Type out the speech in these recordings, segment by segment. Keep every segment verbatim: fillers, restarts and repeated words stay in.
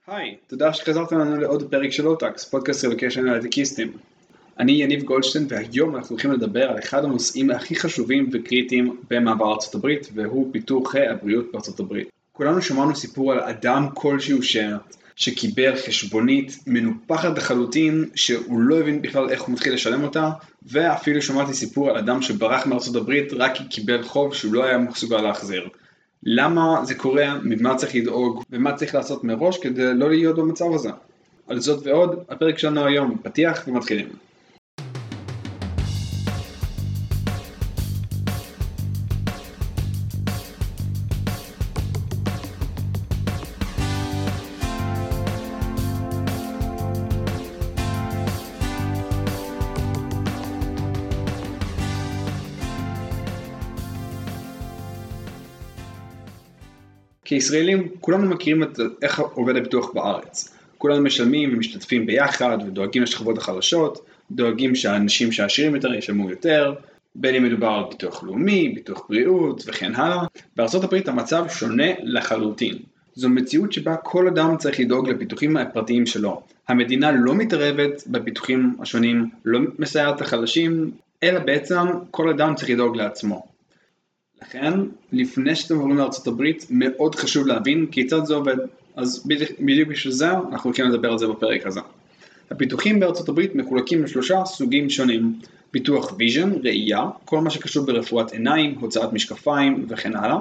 היי, תודה שחזרתם לנו לעוד פרק של אוטקס, פודקאסט רילוקיישן להייטקיסטים. אני יניב גולדשטיין, והיום אנחנו הולכים לדבר על אחד הנושאים הכי חשובים וקריטיים במעבר ארצות הברית, והוא פיתוח הבריאות בארצות הברית. כולנו שמענו סיפור על אדם כלשהו ש... שקיבל חשבונית מנופחת לחלוטין, שהוא לא הבין בכלל איך הוא מתחיל לשלם אותה, ואפילו שמעתי סיפור על אדם שברח מארצות הברית רק כי קיבל חוב שהוא לא היה מסוגל להחזיר. למה זה קורה, ממה צריך לדאוג ומה צריך לעשות מראש כדי לא להיות במצב הזה. על זאת ועוד, הפרק שלנו היום, פתיח ומתחילים. כישראלים, כולנו מכירים את איך עובד הביטוח בארץ. כולנו משלמים ומשתתפים ביחד ודואגים לשכבות החלשות, דואגים שהאנשים שעשירים יותר ישלמו יותר, בין אם מדובר על ביטוח לאומי, ביטוח בריאות וכן הלאה. בארצות הברית המצב שונה לחלוטין. זו מציאות שבה כל אדם צריך לדאוג לביטוחים הפרטיים שלו. המדינה לא מתערבת בביטוחים השונים, לא מסייעת לחלשים, אלא בעצם כל אדם צריך לדאוג לעצמו. לכן, לפני שאתם עוברים לארצות הברית, מאוד חשוב להבין כיצד זה עובד. אז בדיוק בשביל זה, אנחנו הולכים לדבר על זה בפרק הזה. הביטוחים בארצות הברית מחולקים לשלושה סוגים שונים. ביטוח ויז'ן, ראייה, כל מה שקשור ברפואת עיניים, הוצאת משקפיים וכן הלאה.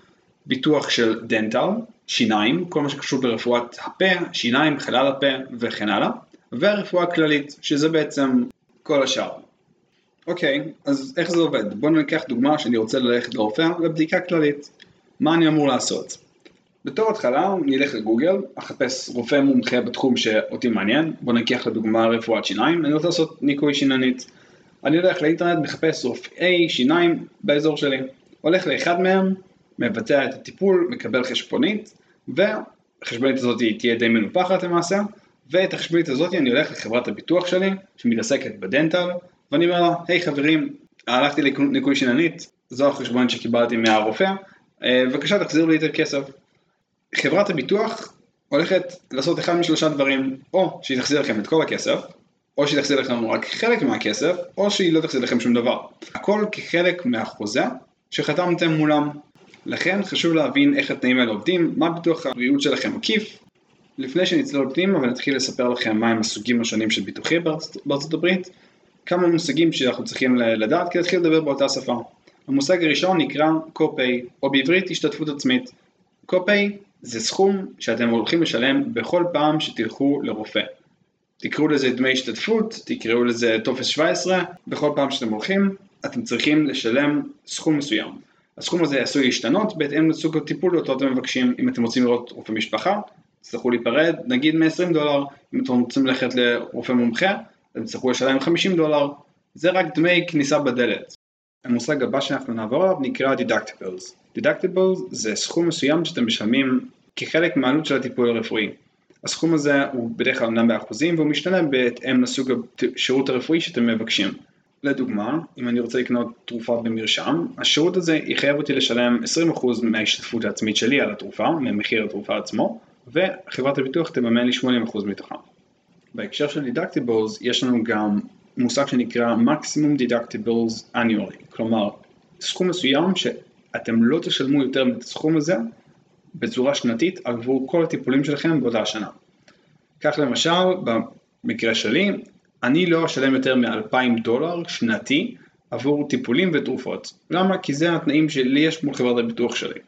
ביטוח של דנטל, שיניים, כל מה שקשור ברפואת הפה, שיניים, חלל הפה וכן הלאה. ורפואה כללית, שזה בעצם כל השאר. אוקיי, אז איך זה עובד? בואו ניקח דוגמה שאני רוצה ללכת לרופא לבדיקה כללית. מה אני אמור לעשות? בתור התחלה אני אלך לגוגל, אחפש רופא מומחה בתחום שאותי מעניין. בואו ניקח לדוגמה רפואת שיניים, אני רוצה לעשות ניקוי שיננית. אני הולך לאינטרנט, מחפש רופאי שיניים באזור שלי. הולך לאחד מהם, מבצע את הטיפול, מקבל חשבונית, והחשבונית הזאת תהיה די מנופחת למעשה, ואת החשבונית הזאת אני הולך לחברת הביטוח שלי, שמתעסקת בדנטל, ואני אומר לה, היי חברים, הלכתי לניקוי שיננית, זו החשבונית שקיבלתי מהרופא, בבקשה תחזירו לי יותר כסף. חברת הביטוח הולכת לעשות אחד משלושה דברים, או שהיא תחזיר לכם את כל הכסף, או שהיא תחזיר לכם רק חלק מהכסף, או שהיא לא תחזיר לכם שום דבר. הכל כחלק מהחוזה שחתמתם מולם. לכן חשוב להבין איך התנאים האלה עובדים, מה ביטוח הבריאות שלכם מקיף. לפני שנצלול פנימה ונתחיל לספר לכם מהם הסוגים השונים של ביטוחים בארצות הברית, כמה מושגים שאנחנו צריכים לדעת כדי להתחיל לדבר באותה שפה. המושג הראשון נקרא קופי, או בעברית השתתפות עצמית. קופי זה סכום שאתם הולכים לשלם בכל פעם שתלכו לרופא. תקראו לזה דמי השתתפות, תקראו לזה טופס שבע עשרה, בכל פעם שאתם הולכים, אתם צריכים לשלם סכום מסוים. הסכום הזה עשוי להשתנות בהתאם לסוג הטיפול אותו אתם מבקשים. אם אתם רוצים לראות רופא משפחה, תצטרכו להיפרד, נגיד מ-עשרים דולר. אם אתם רוצים ללכת לרופא מומחה, אתם צריכו לשלם חמישים דולר. זה רק דמי כניסה בדלת. המושג הבא שאנחנו נעבור עליו נקרא deductibles. deductibles זה סכום מסוים שאתם משלמים כחלק מהעלות של הטיפול הרפואי. הסכום הזה הוא בדרך כלל נע באחוזים, והוא משתנה בהתאם לסוג השירות הרפואי שאתם מבקשים. לדוגמה, אם אני רוצה לקנות תרופה במרשם, השירות הזה יחייב אותי לשלם עשרים אחוז מההשתתפות העצמית שלי על התרופה, ממחיר התרופה עצמו, וחברת הביטוח תממן לי שמונים אחוז מתוכה. בהקשר של deductibles יש לנו גם מושג שנקרא maximum deductibles annually, כלומר סכום מסוים שאתם לא תשלמו יותר מהסכום הזה בצורה שנתית עבור כל הטיפולים שלכם באותה שנה. כך למשל, במקרה שלי, אני לא אשלם יותר מ-אלפיים דולר שנתי עבור טיפולים ותרופות. למה? כי זה התנאים שלי יש מול חברת הביטוח שלי.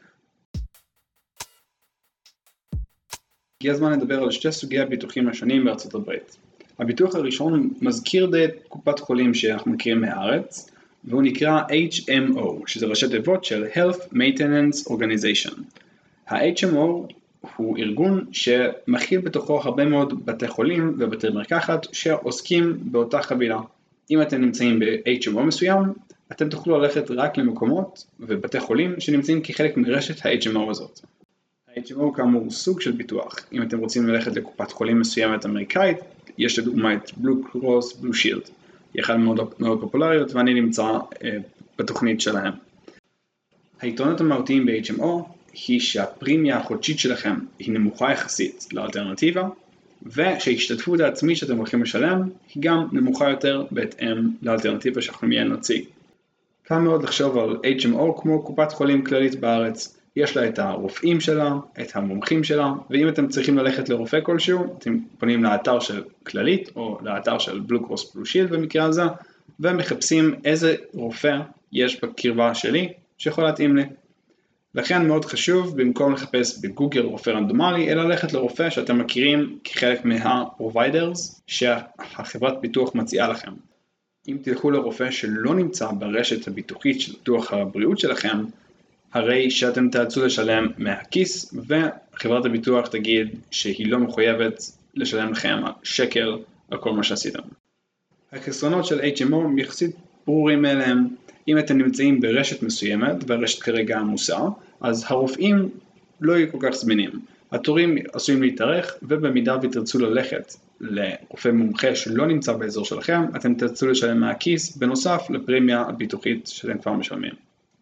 הגיע הזמן לדבר על שתי סוגי הביטוחים השונים בארצות הברית. הביטוח הראשון מזכיר די קופת חולים שאנחנו מכירים מהארץ, והוא נקרא H M O, שזה ראשי תיבות של Health Maintenance Organization. ה-H M O הוא ארגון שמכיל בתוכו הרבה מאוד בתי חולים ובתי מרקחת שעוסקים באותה חבילה. אם אתם נמצאים ב-H M O מסוים, אתם תוכלו ללכת רק למקומות ובתי חולים שנמצאים כחלק מרשת ה-H M O הזאת. ה-H M O כאמור סוג של ביטוח. אם אתם רוצים ללכת לקופת חולים מסוימת אמריקאית, יש לדוגמה את בלו קרוס, בלו שילד. היא אחת מאוד, מאוד פופולריות ואני נמצא אה, בתוכנית שלהם. היתרונות המהותיים ב-H M O היא שהפרימיה החודשית שלכם היא נמוכה יחסית לאלטרנטיבה, ושההשתתפות העצמית שאתם הולכים לשלם היא גם נמוכה יותר בהתאם לאלטרנטיבה שאנחנו מיד נציג. קל מאוד לחשוב על אייץ' אם או כמו קופת חולים כללית בארץ. יש לה את הרופאים שלה, את המומחים שלה, ואם אתם צריכים ללכת לרופא כלשהו, אתם פונים לאתר של כללית או לאתר של בלו קרוס בלו שילד במקרה הזה, ומחפשים איזה רופא יש בקרבה שלי שיכול להתאים לי. לכן מאוד חשוב, במקום לחפש בגוגל רופא רנדומלי, אלא ללכת לרופא שאתם מכירים כחלק מה-providers שהחברת ביטוח מציעה לכם. אם תלכו לרופא שלא נמצא ברשת הביטוחית של ביטוח הבריאות שלכם, הרי שאתם תאלצו לשלם מהכיס, וחברת הביטוח תגיד שהיא לא מחויבת לשלם לכם שקל על כל מה שעשיתם. החסרונות של אייץ' אם או יחסית ברורים אליהם. אם אתם נמצאים ברשת מסוימת, והרשת כרגע עמוסה, אז הרופאים לא יהיו כל כך זמינים. התורים עשויים להתארך, ובמידה ותרצו ללכת לרופא מומחה שלא נמצא באזור שלכם, אתם תרצו לשלם מהכיס, בנוסף לפרימיה הביטוחית שאתם כבר משלמים.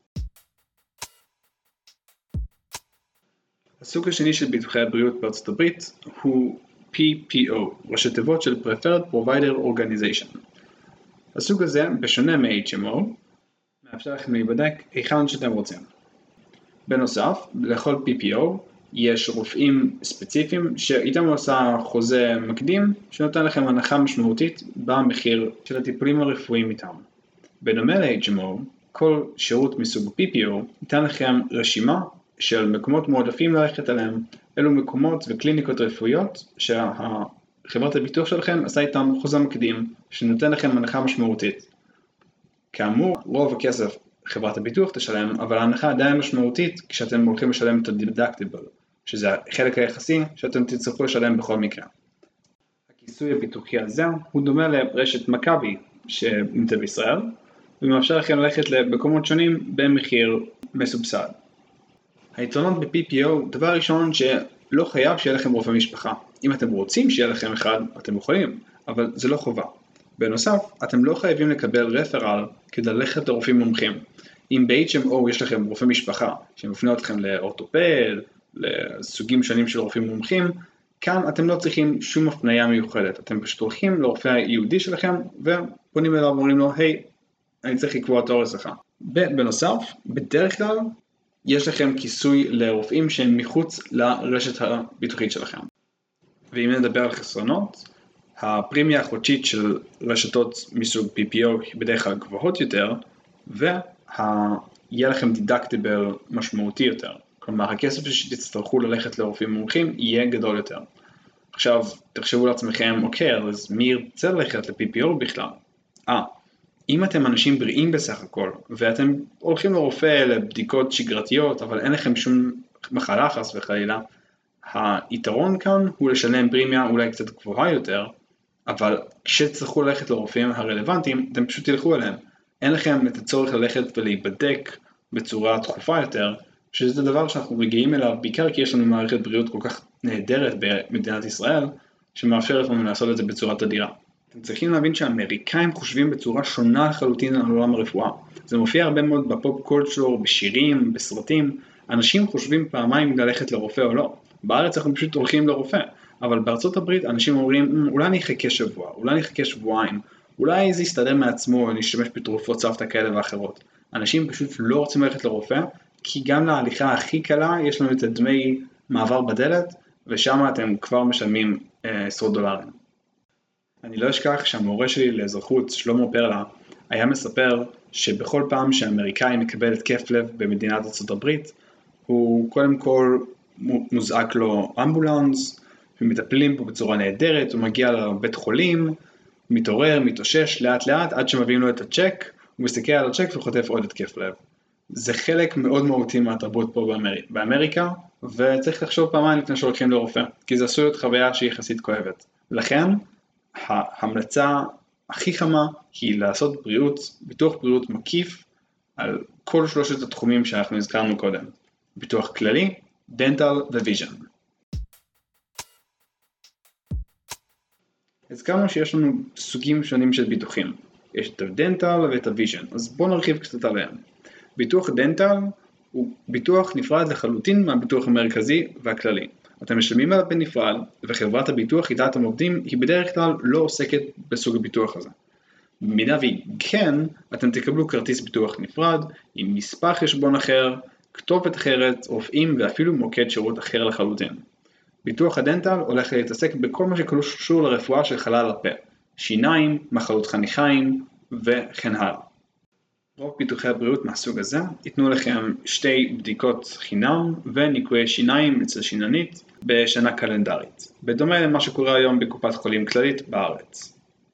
הסוג השני של ביטוחי הבריאות בארצות הברית הוא פי פי או, ראשי תיבות של Preferred Provider Organization. הסוג הזה, בשונה מ-אייץ' אם או, מאפשר לכם להיבדק היכן שאתם רוצים. בנוסף, לכל פי פי או יש רופאים ספציפיים שאיתם עושה חוזה מקדים שנותן לכם הנחה משמעותית במחיר של הטיפולים הרפואיים איתם. בדומה ל-אייץ' אם או, כל שירות מסוג פי פי או ייתן לכם רשימה של מקומות מועדפים ללכת עליהם, אלו מקומות וקליניקות רפואיות שהחברת הביטוח שלכם עשה איתם חוזה מקדים שנותן לכם הנחה משמעותית. כאמור, רוב הכסף חברת הביטוח תשלם, אבל ההנחה עדיין משמעותית כשאתם הולכים לשלם את ה-deductible, שזה החלק היחסי שאתם תצטרכו לשלם בכל מקרה. הכיסוי הביטוחי הזה הוא דומה לרשת מכבי שנמצא בישראל, ומאפשר לכם ללכת למקומות שונים במחיר מסובסד. היתרונות ב-פי פי או, דבר ראשון שלא חייב שיהיה לכם רופא משפחה. אם אתם רוצים שיהיה לכם אחד, אתם יכולים, אבל זה לא חובה. בנוסף, אתם לא חייבים לקבל רפרל כדי ללכת לרופאים מומחים. אם ב-אייץ' אם או יש לכם רופא משפחה שמפנה אתכם לאורתופד, לסוגים שונים של רופאים מומחים, כאן אתם לא צריכים שום הפניה מיוחדת. אתם פשוט הולכים לרופא היהודי שלכם ופונים אליו ואומרים לו, היי, אני צריך לקבוע תור אצלך. בנוסף, בדרך כלל יש לכם כיסוי לרופאים שהם מחוץ לרשת הביטוחית שלכם. ואם נדבר על חסרונות, הפרימיה החודשית של רשתות מסוג פי פי או היא בדרך כלל גבוהות יותר, ויהיה לכם דידקטיבל משמעותי יותר. כלומר, הכסף שתצטרכו ללכת לרופאים מומחים יהיה גדול יותר. עכשיו, תחשבו לעצמכם, אוקיי, אז מי ירצה ללכת ל-פי פי או בכלל? אה, אם אתם אנשים בריאים בסך הכל, ואתם הולכים לרופא לבדיקות שגרתיות, אבל אין לכם שום מחלה חס וחלילה, היתרון כאן הוא לשלם פרימיה אולי קצת גבוהה יותר, אבל כשתצטרכו ללכת לרופאים הרלוונטיים, אתם פשוט תלכו אליהם. אין לכם את הצורך ללכת ולהיבדק בצורה תכופה יותר, שזה דבר שאנחנו רגיעים אליו, בעיקר כי יש לנו מערכת בריאות כל כך נהדרת במדינת ישראל, שמאפשרת לנו לעשות את זה בצורה תדירה. אתם צריכים להבין שהאמריקאים חושבים בצורה שונה לחלוטין על עולם הרפואה. זה מופיע הרבה מאוד בפופ קולצ'ר, בשירים, בסרטים. אנשים חושבים פעמיים ללכת לרופא או לא. בארץ אנחנו פשוט הולכים לרופא, אבל בארצות הברית אנשים אומרים, אולי אני אחכה שבוע, אולי אני אחכה שבועיים, אולי זה יסתדר מעצמו, אני אשתמש בתרופות סבתא כאלה ואחרות. אנשים פשוט לא רוצים ללכת לרופא, כי גם להליכה הכי קלה יש לנו את דמי מעבר בדלת, ושם אתם כבר משלמים אה, עשרות דולרים. אני לא אשכח שהמורה שלי לאזרחות, שלמה פרלה, היה מספר שבכל פעם שהאמריקאי מקבל התקף לב במדינת ארצות הברית, הוא קודם כל מוזעק לו אמבולנס, ומטפלים פה בצורה נהדרת, הוא מגיע לבית חולים, מתעורר, מתאושש לאט לאט, עד שמביאים לו את הצ'ק, הוא מסתכל על הצ'ק וחוטף עוד התקף לב. זה חלק מאוד מהותי מהתרבות פה באמריק, באמריקה, וצריך לחשוב פעמיים לפני שהולכים לרופא, כי זה עשוי להיות חוויה שהיא יחסית כואבת. לכן, ההמלצה הכי חמה היא לעשות בריאות, ביטוח בריאות מקיף, על כל שלושת התחומים שאנחנו הזכרנו קודם. ביטוח כללי, דנטל וויז'ן. הזכרנו שיש לנו סוגים שונים של ביטוחים. יש את הדנטל ואת הוויז'ן, אז בואו נרחיב קצת עליהם. ביטוח דנטל הוא ביטוח נפרד לחלוטין מהביטוח המרכזי והכללי. אתם משלמים עליו בנפרד, וחברת הביטוח איתה אתם עובדים היא בדרך כלל לא עוסקת בסוג הביטוח הזה. במידה והיא כן, אתם תקבלו כרטיס ביטוח נפרד, עם מספר חשבון אחר, כתובת אחרת, רופאים ואפילו מוקד שירות אחר לחלוטין. ביטוח הדנטל הולך להתעסק בכל מה שקשור לרפואה של חלל הפה, שיניים, מחלות חניכיים וכן הלאה. רוב ביטוחי הבריאות מהסוג הזה ייתנו לכם שתי בדיקות חינם וניקויי שיניים אצל שיננית בשנה קלנדרית, בדומה למה שקורה היום בקופת חולים כללית בארץ.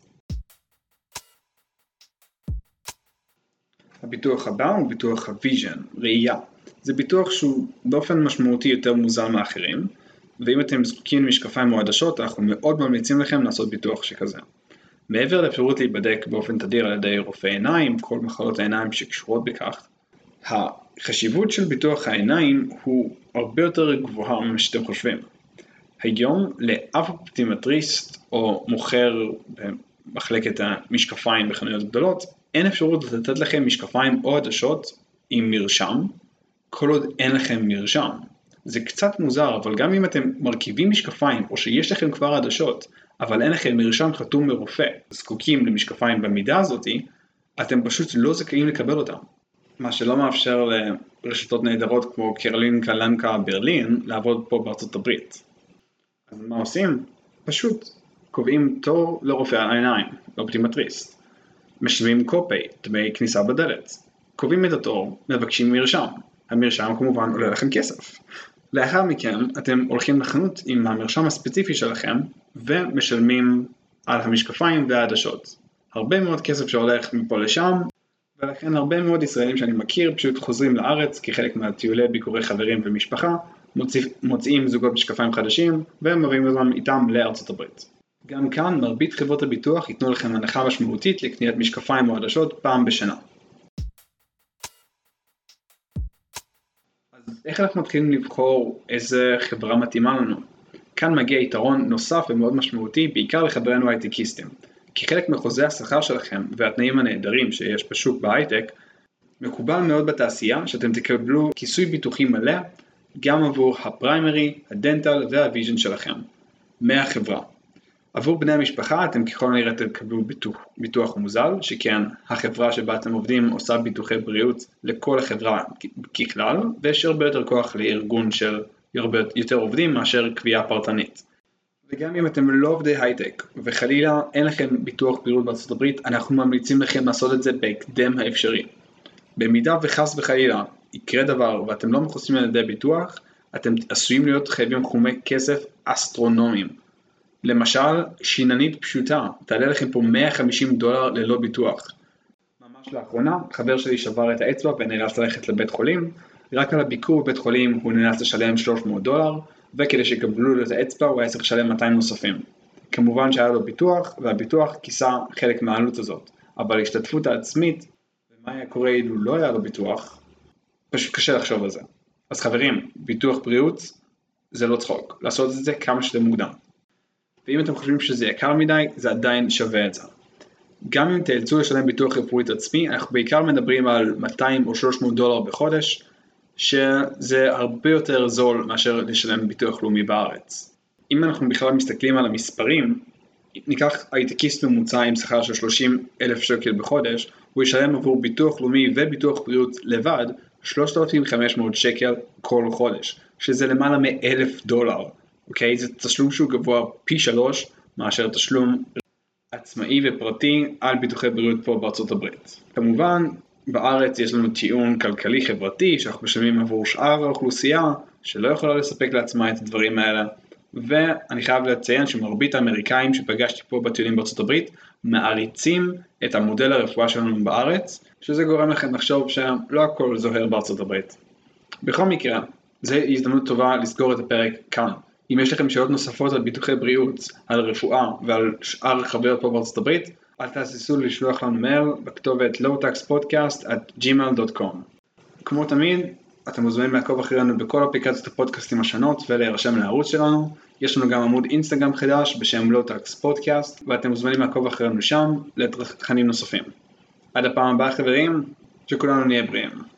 הביטוח הבא הוא ביטוח הוויז'ן, ראייה. זה ביטוח שהוא באופן משמעותי יותר מוזל מאחרים, ואם אתם זקוקים למשקפיים או עדשות, אנחנו מאוד ממליצים לכם לעשות ביטוח שכזה. מעבר לאפשרות להיבדק באופן תדיר על ידי רופאי עיניים, כל מחלות העיניים שקשורות בכך, החשיבות של ביטוח העיניים הוא הרבה יותר גבוהה ממה שאתם חושבים. היום לאף אופטומטריסט או מוכר במחלקת המשקפיים בחנויות גדולות, אין אפשרות לתת לכם משקפיים או עדשות עם מרשם, כל עוד אין לכם מרשם. זה קצת מוזר, אבל גם אם אתם מרכיבים משקפיים או שיש לכם כבר עדשות, אבל אין לכם מרשם חתום מרופא, זקוקים למשקפיים במידה הזאת, אתם פשוט לא זכאים לקבל אותם. מה שלא מאפשר לרשתות נהדרות כמו קרלינקה לנקה ברלין לעבוד פה בארצות הברית. אז מה עושים? פשוט קובעים תור לרופא העיניים, לאופטומטריסט. משלמים קופי, דמי כניסה בדלת. קובעים את התור, מבקשים מרשם. המרשם כמובן עולה לכם כסף. לאחר מכן אתם הולכים לחנות עם המרשם הספציפי שלכם ומשלמים על המשקפיים והעדשות. הרבה מאוד כסף שהולך מפה לשם, ולכן הרבה מאוד ישראלים שאני מכיר פשוט חוזרים לארץ כחלק מהטיולי ביקורי חברים ומשפחה, מוציא, מוצאים זוגות משקפיים חדשים ומביאים אותם איתם לארצות הברית. גם כאן מרבית חברות הביטוח ייתנו לכם הנחה משמעותית לקניית משקפיים או עדשות פעם בשנה. אז איך אנחנו מתחילים לבחור איזה חברה מתאימה לנו? כאן מגיע יתרון נוסף ומאוד משמעותי, בעיקר לחברינו הייטקיסטים. כי חלק מחוזי השכר שלכם והתנאים הנהדרים שיש בשוק בהייטק, מקובל מאוד בתעשייה שאתם תקבלו כיסוי ביטוחי מלא גם עבור הפריימרי, הדנטל והוויז'ן שלכם, מהחברה. עבור בני המשפחה אתם ככל הנראה תקבלו ביטוח, ביטוח מוזל, שכן החברה שבה אתם עובדים עושה ביטוחי בריאות לכל החברה ככלל, ויש הרבה יותר כוח לארגון של יותר עובדים מאשר קביעה פרטנית. וגם אם אתם לא עובדי הייטק, וחלילה אין לכם ביטוח בריאות בארצות הברית, אנחנו ממליצים לכם לעשות את זה בהקדם האפשרי. במידה וחס וחלילה יקרה דבר ואתם לא מכוסים על ידי ביטוח, אתם עשויים להיות חייבים חומי כסף אסטרונומיים. למשל, שיננית פשוטה, תעלה לכם פה מאה וחמישים דולר ללא ביטוח. ממש לאחרונה, חבר שלי שבר את האצבע ונאלץ ללכת לבית חולים, רק על הביקור בבית חולים הוא נאלץ לשלם שלוש מאות דולר, וכדי שקבלו לו את האצבע הוא היה צריך לשלם מאתיים נוספים. כמובן שהיה לו ביטוח, והביטוח כיסה חלק מהעלות הזאת, אבל ההשתתפות העצמית, ומה היה קורה אילו לא היה לו ביטוח, פשוט קשה לחשוב על זה. אז חברים, ביטוח בריאות זה לא צחוק, לעשות את זה כמה שאתם מוקדם. ואם אתם חושבים שזה יקר מדי, זה עדיין שווה את זה. גם אם תאלצו לשלם ביטוח רפואית עצמי, אנחנו בעיקר מדברים על מאתיים או שלוש מאות דולר בחודש, שזה הרבה יותר זול מאשר לשלם ביטוח לאומי בארץ. אם אנחנו בכלל מסתכלים על המספרים, ניקח הייטקיסט ממוצע עם שכר של שלושים אלף שקל בחודש, הוא ישלם עבור ביטוח לאומי וביטוח בריאות לבד שלושת אלפים וחמש מאות שקל כל חודש, שזה למעלה מ-אלף דולר. אוקיי? זה תשלום שהוא גבוה פי שלוש מאשר תשלום עצמאי ופרטי על ביטוחי בריאות פה בארצות הברית. כמובן, בארץ יש לנו טיעון כלכלי חברתי שאנחנו משלמים עבור שאר האוכלוסייה שלא יכולה לספק לעצמה את הדברים האלה, ואני חייב לציין שמרבית האמריקאים שפגשתי פה בטיולים בארצות הברית מעריצים את המודל הרפואה שלנו בארץ, שזה גורם לכם לחשוב שלא הכל זוהר בארצות הברית. בכל מקרה, זו הזדמנות טובה לסגור את הפרק כאן. אם יש לכם שאלות נוספות על ביטוחי בריאות, על רפואה ועל שאר חוויות פה בארצות הברית, אל תהססו לשלוח לנו מייל בכתובת לואו טקס פודקאסט אט ג'ימייל דוט קום. כמו תמיד, אתם מוזמנים לעקוב אחרינו בכל אפליקציות הפודקאסטים השונות ולהירשם לערוץ שלנו. יש לנו גם עמוד אינסטגרם חדש בשם לואו טקס פודקאסט, ואתם מוזמנים לעקוב אחרינו שם לתכנים נוספים. עד הפעם הבאה חברים, שכולנו נהיה בריאים.